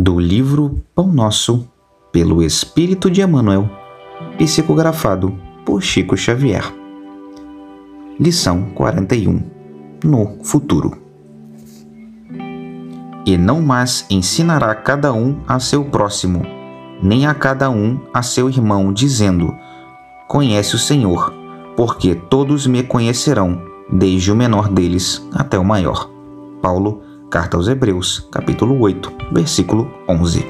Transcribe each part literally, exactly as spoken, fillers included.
do livro Pão Nosso, pelo Espírito de Emmanuel, psicografado por Chico Xavier. Lição quarenta e um. No futuro. E não mais ensinará cada um a seu próximo, nem a cada um a seu irmão, dizendo: Conhece o Senhor, porque todos me conhecerão, desde o menor deles até o maior. Paulo, Carta aos Hebreus, capítulo oito, versículo onze.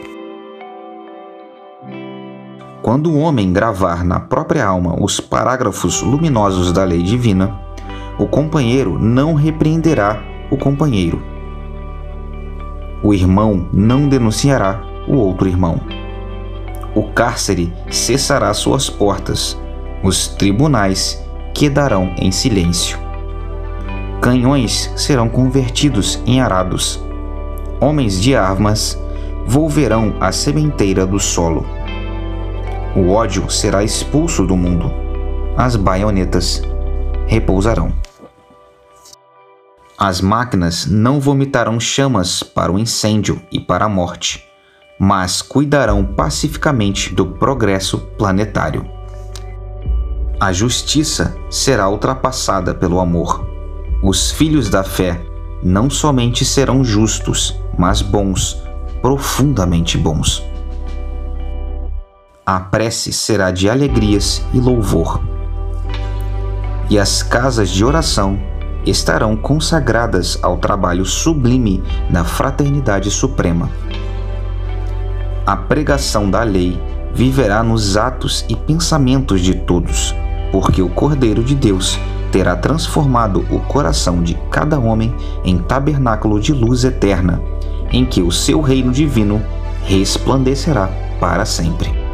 Quando o homem gravar na própria alma os parágrafos luminosos da lei divina, o companheiro não repreenderá o companheiro. O irmão não denunciará o outro irmão. O cárcere cessará suas portas, os tribunais quedarão em silêncio. Canhões serão convertidos em arados. Homens de armas volverão à sementeira do solo. O ódio será expulso do mundo. As baionetas repousarão. As máquinas não vomitarão chamas para o incêndio e para a morte, mas cuidarão pacificamente do progresso planetário. A justiça será ultrapassada pelo amor. Os filhos da fé não somente serão justos, mas bons, profundamente bons. A prece será de alegrias e louvor, e as casas de oração estarão consagradas ao trabalho sublime da fraternidade suprema. A pregação da lei viverá nos atos e pensamentos de todos, porque o Cordeiro de Deus terá transformado o coração de cada homem em tabernáculo de luz eterna, em que o seu reino divino resplandecerá para sempre.